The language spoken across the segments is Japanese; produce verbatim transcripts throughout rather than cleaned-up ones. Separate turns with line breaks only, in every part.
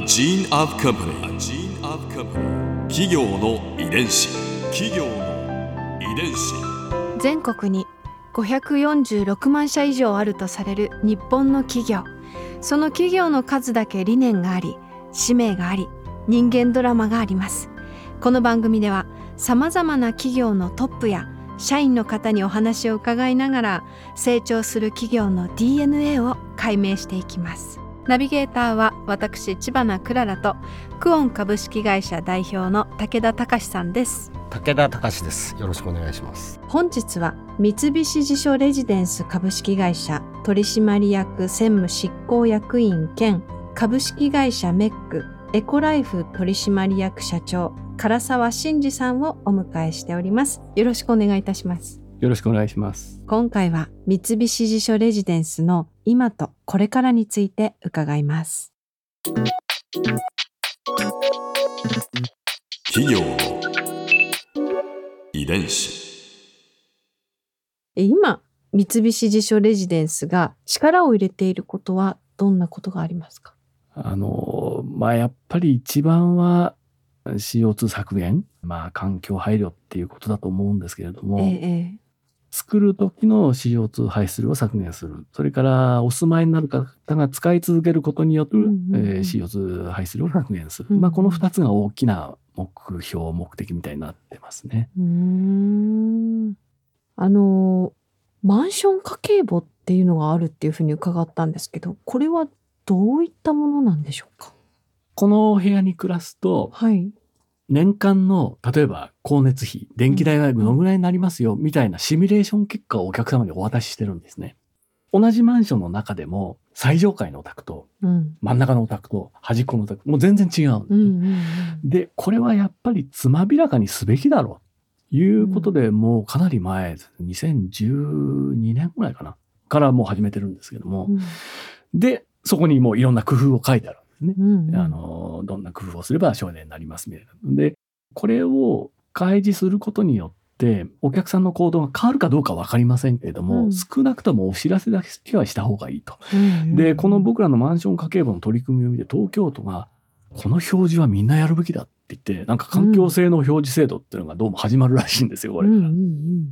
A gene of company. A gene of company. 企業の遺伝子。企業の遺伝子。
全国にごひゃくよんじゅうろくまん社以上あるとされる日本の企業。その企業の数だけ理念があり、使命があり、人間ドラマがあります。この番組ではさまざまな企業のトップや社員の方にお話を伺いながら、成長する企業の ディーエヌエー を解明していきます。ナビゲーターは私知花くららとクオン株式会社代表の武田隆さんです。
武田隆です。よろしくお願いします。
本日は三菱地所レジデンス株式会社取締役専務執行役員兼株式会社メックエコライフ取締役社長唐沢真司さんをお迎えしております。よろしくお願いいたします。
よろしくお願いします。
今回は三菱地所レジデンスの今とこれからについて伺います。
企業の遺伝子。
今三菱地所レジデンスが力を入れていることはどんなことがありますか？
あのまあやっぱり一番は シーオーツー 削減、まあ環境配慮っていうことだと思うんですけれども、
ええ、
作る時の シーオーツー 排出量を削減する、それからお住まいになる方が使い続けることによる、うんうんうんえー、シーオーツー 排出量を削減する、うんうん、まあこのふたつが大きな目標目的みたいになってますね。
うーんあのマンション家計簿っていうのがあるっていうふうに伺ったんですけど、これはどういったものなんでしょうか？
この部屋に暮らすと、
はい、
年間の例えば光熱費、電気代がどのぐらいになりますよ、うん、みたいなシミュレーション結果をお客様にお渡ししてるんですね。同じマンションの中でも最上階のお宅と、うん、真ん中のお宅と端っこのお宅もう全然違うんですね、うんうんうん、でこれはやっぱりつまびらかにすべきだろうということで、うん、もうかなり前にせんじゅうにねんぐらいかなからもう始めてるんですけども、うん、でそこにもういろんな工夫を書いてあるんですね、うんうん、あのどんな工夫をすれば省エネになりますみたいな。でこれを開示することによってお客さんの行動が変わるかどうか分かりませんけれども、うん、少なくともお知らせだけはした方がいいと、うんうんうん、でこの僕らのマンション家計簿の取り組みを見て東京都がこの表示はみんなやるべきだって言ってなんか環境性の表示制度っていうのがどうも始まるらしいんですよこれから、うんうんうん、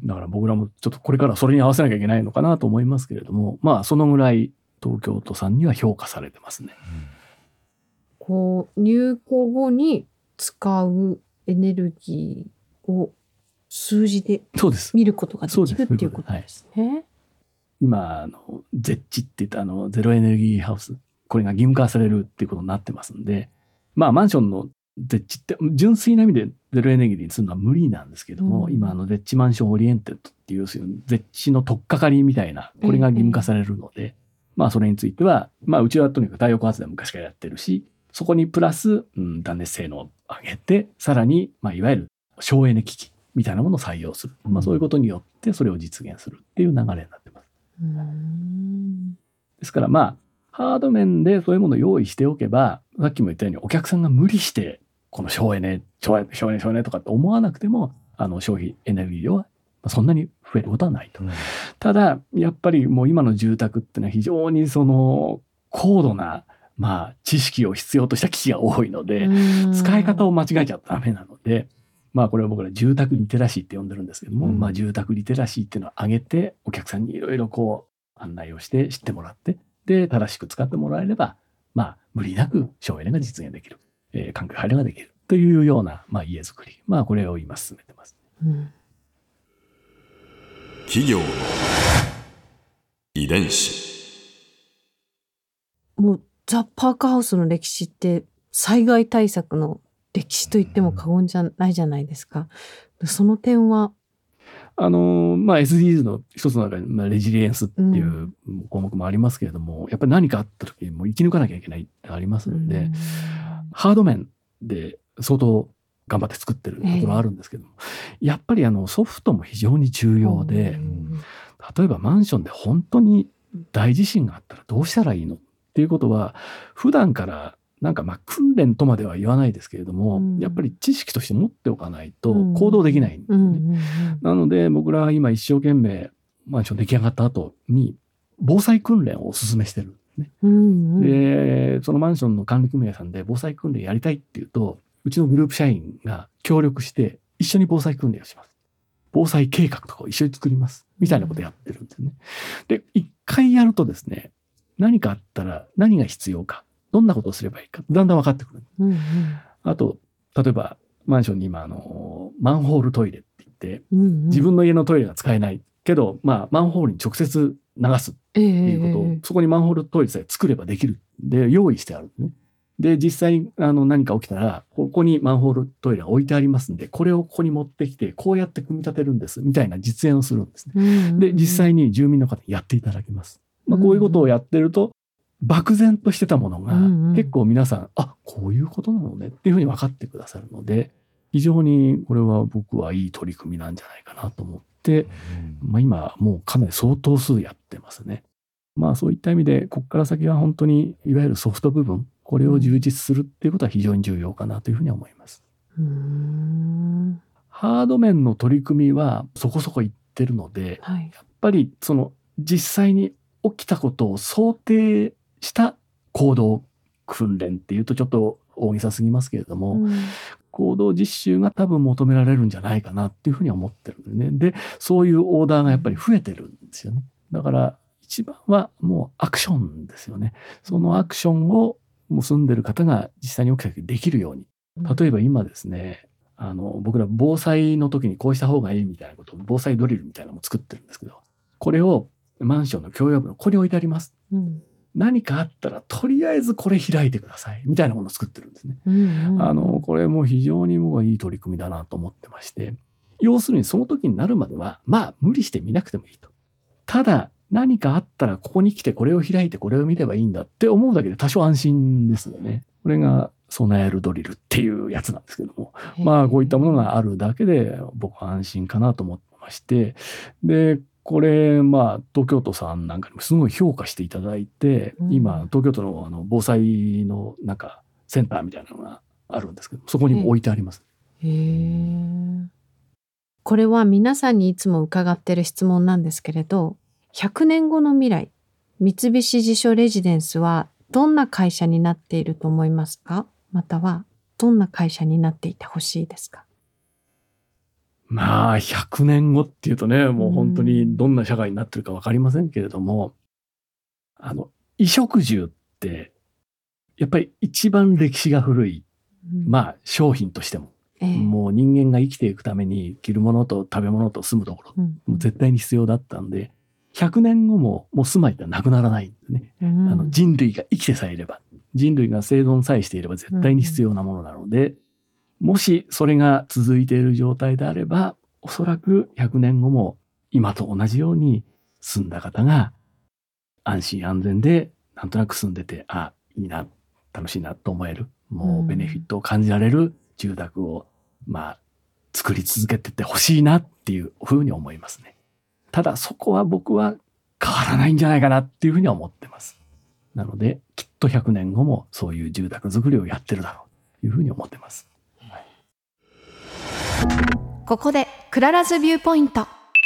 だから僕らもちょっとこれからそれに合わせなきゃいけないのかなと思いますけれども、まあそのぐらい東京都さんには評価されてますね、うん、
こう入庫後に使うエネルギーを数字で見ることができるっていうことですね。はい、
今あのゼッチって言ったあのゼロエネルギーハウス、これが義務化されるっていうことになってますんで、まあマンションのゼッチって純粋な意味でゼロエネルギーにするのは無理なんですけども、うん、今あのゼッチマンションオリエンテッドっていうゼッチの取っかかりみたいなこれが義務化されるので、ええ、まあそれについてはまあうちはとにかく太陽光発電昔からやってるし、そこにプラス、うん、断熱性能を上げてさらに、まあ、いわゆる省エネ機器みたいなものを採用する、まあ、そういうことによってそれを実現するっていう流れになってます。うーんですからまあハード面でそういうものを用意しておけば、さっきも言ったようにお客さんが無理してこの省エネ省エネ省エネ省エネとかって思わなくてもあの消費エネルギー量はそんなに増えることはないと、うん、ただやっぱりもう今の住宅ってのは非常にその高度なまあ知識を必要とした機器が多いので、使い方を間違えちゃダメなので、まあこれは僕ら住宅リテラシーって呼んでるんですけども、うん、まあ住宅リテラシーっていうのを上げてお客さんにいろいろこう案内をして知ってもらって、で正しく使ってもらえればまあ無理なく省エネが実現できる、えー、環境配慮ができるというようなまあ家づくり、まあこれを今進めてます、うん、
企業の遺伝子。
もうザ・パークハウスの歴史って災害対策の歴史と言っても過言じゃないじゃないですか。その点は
あの、まあ、エスディージーズ の一つの中に、まあ、レジリエンスっていう項目もありますけれども、うん、やっぱり何かあった時にもう生き抜かなきゃいけないってありますので、うん、ハード面で相当頑張って作ってるところあるんですけども、えー、やっぱりあのソフトも非常に重要で、うん、例えばマンションで本当に大地震があったらどうしたらいいのっていうことは普段からなんかまあ訓練とまでは言わないですけれども、うん、やっぱり知識として持っておかないと行動できないんですね、うんうんうんうん、なので僕らは今一生懸命マンション出来上がった後に防災訓練をお勧めしてるんですね。
うんうん
でそのマンションの管理組合さんで防災訓練やりたいっていうと、うちのグループ社員が協力して一緒に防災訓練をします。防災計画とかを一緒に作りますみたいなことをやってるんですね。で一回やるとですね、何かあったら何が必要か、どんなことをすればいいかだんだん分かってくる。
うんうん
あと例えばマンションに今あのマンホールトイレって言って、
うんうん、
自分の家のトイレが使えないけど、まあ、マンホールに直接流すっていうことを、
ええ
そこにマンホールトイレさえ作ればできるで用意してあるんですね。で実際にあの何か起きたらここにマンホールトイレが置いてありますんで、これをここに持ってきてこうやって組み立てるんですみたいな実演をするんですね。
うんうんうん、
で実際に住民の方にやっていただきます。まあ、こういうことをやってると、漠然としてたものが、
うんうん、
結構皆さんあこういうことなのねっていうふうに分かってくださるので、非常にこれは僕はいい取り組みなんじゃないかなと思って、まあ、今もうかなり相当数やってますね。まあそういった意味でここから先は本当にいわゆるソフト部分、これを充実するっていうことは非常に重要かなというふうに思います。
うーん、
ハード面の取り組みはそこそこいってるので、
はい、
やっぱりその実際に起きたことを想定した行動訓練っていうとちょっと大げさすぎますけれども、
うん、
行動実習が多分求められるんじゃないかなっていうふうには思ってるんでね。で、そういうオーダーがやっぱり増えてるんですよね。だから一番はもうアクションですよね。そのアクションをもう住んでる方が実際に起きた時できるように。例えば今ですね、あの僕ら防災の時にこうした方がいいみたいなことを防災ドリルみたいなのも作ってるんですけど、これをマンションの共用部のここに置いてあります。うん、何かあったらとりあえずこれ開いてくださいみたいなものを作ってるんですね。うんうん、あのこれも非常に僕はいい取り組みだなと思ってまして、要するにその時になるまではまあ無理して見なくてもいいと。ただ何かあったらここに来てこれを開いてこれを見ればいいんだって思うだけで多少安心ですよね。これが備えるドリルっていうやつなんですけども、まあこういったものがあるだけで僕は安心かなと思ってまして、でこれまあ東京都さんなんかにもすごい評価していただいて、うん、今東京都のあの防災のなんかセンターみたいなのがあるんですけど、そこにも置いてあります。
へー。これは皆さんにいつも伺っている質問なんですけれど、ひゃくねんごの未来、三菱地所レジデンスはどんな会社になっていると思いますか？またはどんな会社になっていてほしいですか？
まあひゃくねんごっていうとね、もう本当にどんな社会になってるか分かりませんけれども、あの衣食住ってやっぱり一番歴史が古い、うん、まあ商品としても、えー、もう人間が生きていくために着るものと食べ物と住むところ、うん、もう絶対に必要だったんで、ひゃくねんごももう住まいってなくならないんですね。うん、あの人類が生きてさえいれば、人類が生存さえしていれば絶対に必要なものなので、うん、もしそれが続いている状態であれば、おそらくひゃくねんごも今と同じように住んだ方が安心安全でなんとなく住んでて、あ、いいな、楽しいなと思える、もうベネフィットを感じられる住宅をまあ作り続けてってほしいなっていうふうに思いますね。ただそこは僕は変わらないんじゃないかなっていうふうには思ってます。なのできっとひゃくねんごもそういう住宅作りをやってるだろうというふうに思ってます。はい、
ここでクララズビューポイント。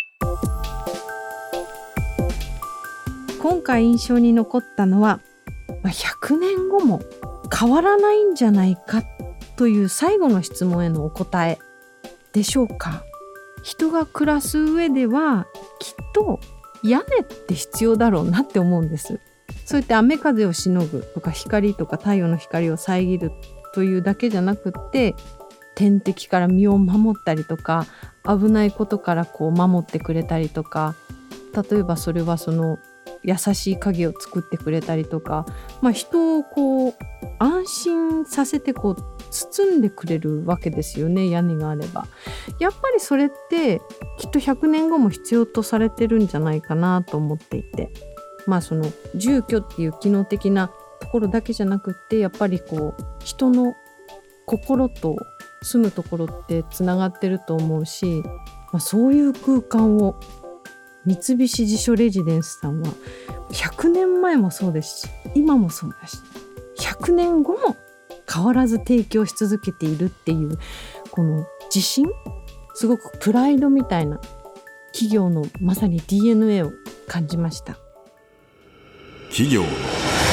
今回印象に残ったのは、ひゃくねんごも変わらないんじゃないかという最後の質問へのお答えでしょうか。人が暮らす上ではきっと屋根って必要だろうなって思うんです。そうやって雨風をしのぐとか光とか太陽の光を遮るというだけじゃなくって、天敵から身を守ったりとか、危ないことからこう守ってくれたりとか、例えばそれはその優しい影を作ってくれたりとか、まあ、人をこう安心させてこう包んでくれるわけですよね、屋根があれば。やっぱりそれってきっとひゃくねんごも必要とされてるんじゃないかなと思っていて、まあその住居っていう機能的なところだけじゃなくって、やっぱりこう人の心と住むところってつながってると思うし、まあ、そういう空間を三菱地所レジデンスさんはひゃくねんまえもそうですし、今もそうだし、ひゃくねんごも変わらず提供し続けているっていうこの自信、すごくプライドみたいな企業のまさに ディーエヌエー を感じました。
企業の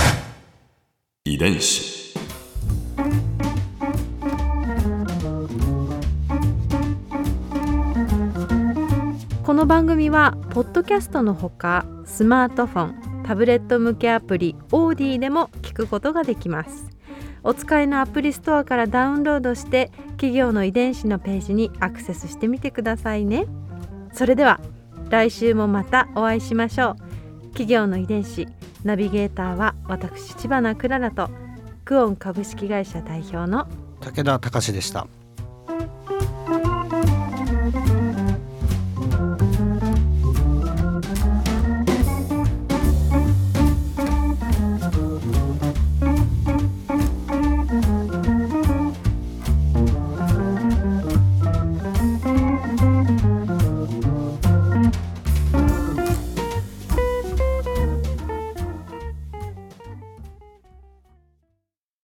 伝子。
この番組はポッドキャストのほかスマートフォン、タブレット向けアプリオーディでも聞くことができます。お使いのアプリストアからダウンロードして企業の遺伝子のページにアクセスしてみてくださいね。それでは来週もまたお会いしましょう。企業の遺伝子ナビゲーターは私知花くららとクオン株式会社代表の
武田隆でした。